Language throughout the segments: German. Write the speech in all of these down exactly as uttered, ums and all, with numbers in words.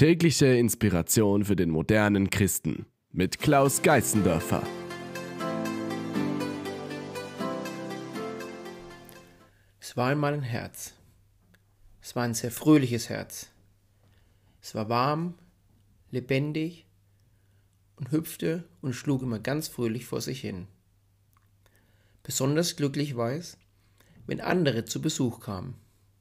Tägliche Inspiration für den modernen Christen mit Klaus Geißendörfer. Es war einmal ein Herz. Es war ein sehr fröhliches Herz. Es war warm, lebendig und hüpfte und schlug immer ganz fröhlich vor sich hin. Besonders glücklich war es, wenn andere zu Besuch kamen.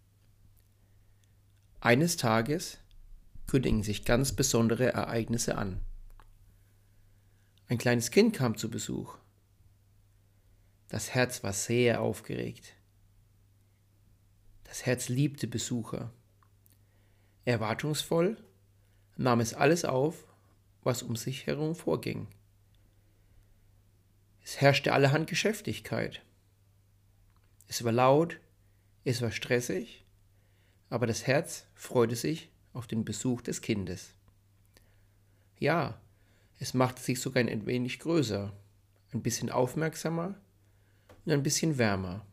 Eines Tages kündigten sich ganz besondere Ereignisse an. Ein kleines Kind kam zu Besuch. Das Herz war sehr aufgeregt. Das Herz liebte Besucher. Erwartungsvoll nahm es alles auf, was um sich herum vorging. Es herrschte allerhand Geschäftigkeit. Es war laut, es war stressig, aber das Herz freute sich auf den Besuch des Kindes. Ja, es machte sich sogar ein wenig größer, ein bisschen aufmerksamer und ein bisschen wärmer.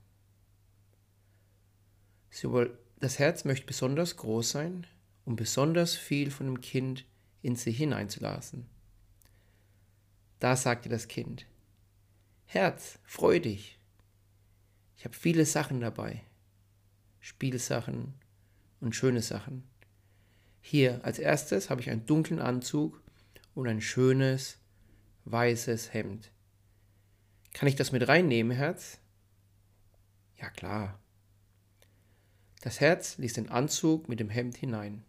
Das Herz möchte besonders groß sein, um besonders viel von dem Kind in sich hineinzulassen. Da sagte das Kind: Herz, freu dich. Ich habe viele Sachen dabei. Spielsachen und schöne Sachen. Hier, als erstes habe ich einen dunklen Anzug und ein schönes, weißes Hemd. Kann ich das mit reinnehmen, Herz? Ja, klar. Das Herz ließ den Anzug mit dem Hemd hinein.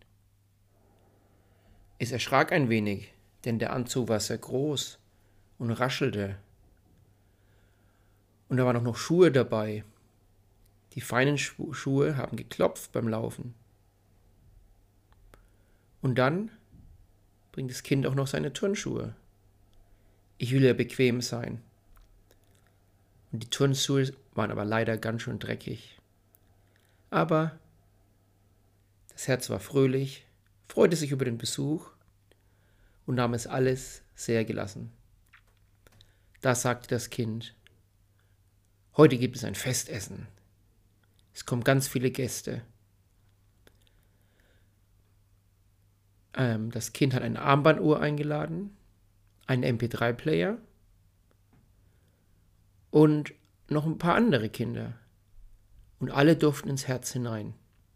Es erschrak ein wenig, denn der Anzug war sehr groß und raschelte. Und da waren auch noch Schuhe dabei. Die feinen Schu- Schuhe haben geklopft beim Laufen. Und dann bringt das Kind auch noch seine Turnschuhe. Ich will ja bequem sein. Und die Turnschuhe waren aber leider ganz schön dreckig. Aber das Herz war fröhlich, freute sich über den Besuch und nahm es alles sehr gelassen. Da sagte das Kind: Heute gibt es ein Festessen. Es kommen ganz viele Gäste. Ähm, das Kind hat eine Armbanduhr eingeladen, einen M P drei Player und noch ein paar andere Kinder. Und alle durften ins Herz hinein.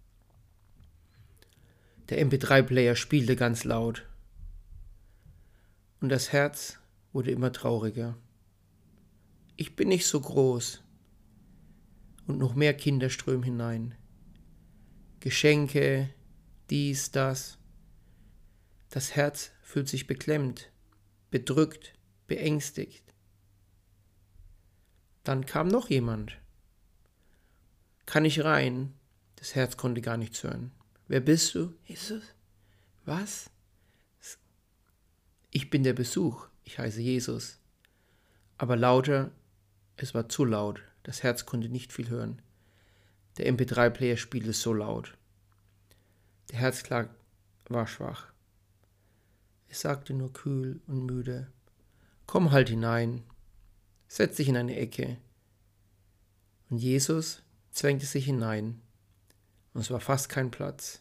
Der M P drei Player spielte ganz laut. Und das Herz wurde immer trauriger. Ich bin nicht so groß. Und noch mehr Kinder strömen hinein. Geschenke, dies, das. Das Herz fühlt sich beklemmt, bedrückt, beängstigt. Dann kam noch jemand. Kann ich rein? Das Herz konnte gar nichts hören. Wer bist du? Jesus? Was? Ich bin der Besuch. Ich heiße Jesus. Aber lauter, es war zu laut. Das Herz konnte nicht viel hören. Der M P drei Player spielte so laut. Der Herzschlag war schwach. Es sagte nur kühl und müde: Komm halt hinein. Setz dich in eine Ecke. Und Jesus zwängte sich hinein, und es war fast kein Platz.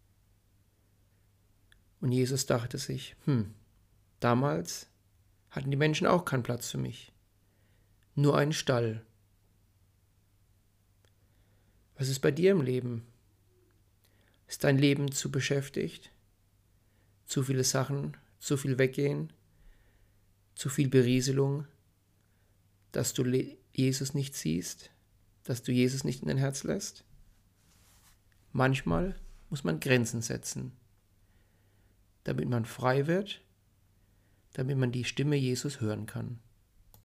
Und Jesus dachte sich, hm, damals hatten die Menschen auch keinen Platz für mich. Nur einen Stall. Was ist bei dir im Leben? Ist dein Leben zu beschäftigt? Zu viele Sachen, zu viel weggehen? Zu viel Berieselung, dass du Jesus nicht siehst? Dass du Jesus nicht in dein Herz lässt? Manchmal muss man Grenzen setzen, damit man frei wird, damit man die Stimme Jesus hören kann.